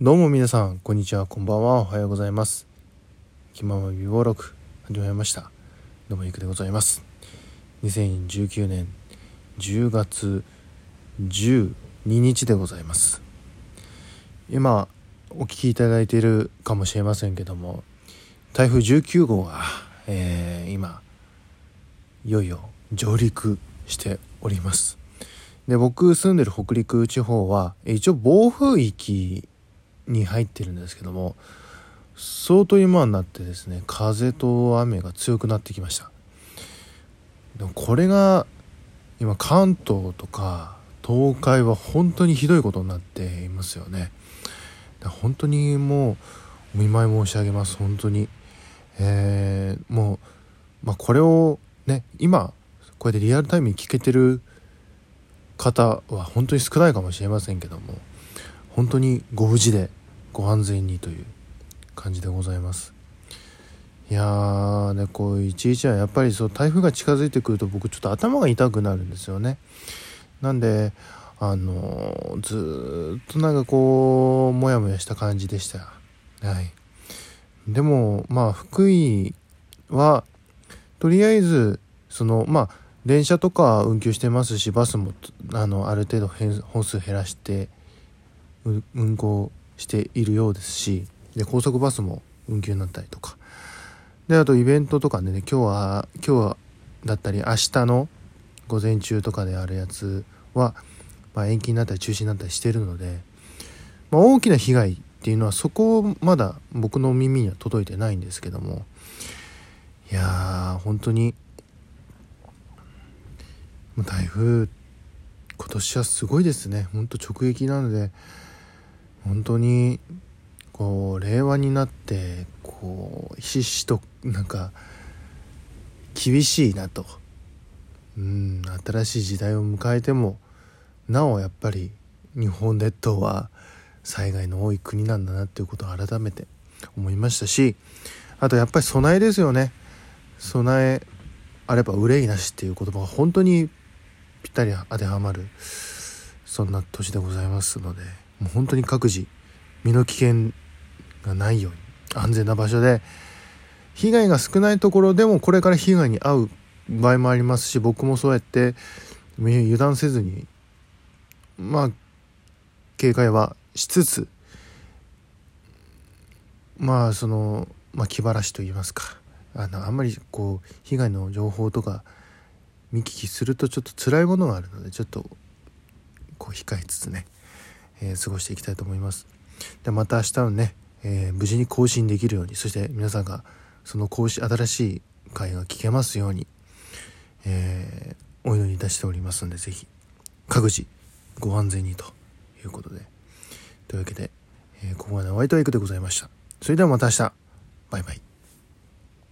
どうも皆さん、こんにちは、こんばんは、おはようございます。気まま美貌録始まりました。どうもゆくでございます。2019年10月12日でございます。今お聞きいただいているかもしれませんけども、台風19号が、今いよいよ上陸しております。で、僕住んでる北陸地方は一応暴風域に入ってるんですけども、相当今になってですね、風と雨が強くなってきました。でもこれが今関東とか東海は本当にひどいことになっていますよね。本当にもうお見舞い申し上げます。本当に、もう、これをね、今こうやってリアルタイムに聞けてる方は本当に少ないかもしれませんけども、本当にご無事でご安全にという感じでございます。いやーね、こういちいちはやっぱりそう台風が近づいてくると僕ちょっと頭が痛くなるんですよね。なんでずっとなんかこうモヤモヤした感じでした。はい。でも福井はとりあえず電車とか運休してますし、バスもある程度本数減らして運行しているようですし、で高速バスも運休になったりとかで、あとイベントとかね、今日はだったり明日の午前中とかであるやつは、延期になったり中止になったりしているので、大きな被害っていうのはそこまだ僕の耳には届いてないんですけども、いやー本当に台風今年はすごいですね。本当直撃なので、本当にこう令和になってこうひしひしとなんか厳しいなと、新しい時代を迎えてもなおやっぱり日本列島は災害の多い国なんだなっていうことを改めて思いましたし、あとやっぱり備えですよね。備えあれば憂いなしっていう言葉が本当にぴったり当てはまる、そんな年でございますので、もう本当に各自身の危険がないように安全な場所で、被害が少ないところでもこれから被害に遭う場合もありますし、僕もそうやって油断せずに警戒はしつつ、気晴らしと言いますか、あんまりこう被害の情報とか見聞きするとちょっと辛いものがあるので、ちょっとこう控えつつね、過ごしていきたいと思います。でまた明日のね、無事に更新できるように、そして皆さんがその新しい回が聞けますように、お祈りいたしておりますので、ぜひ各自ご安全にということで、というわけで、ここまでお会いいたいくでございました。それではまた明日、バイバイ。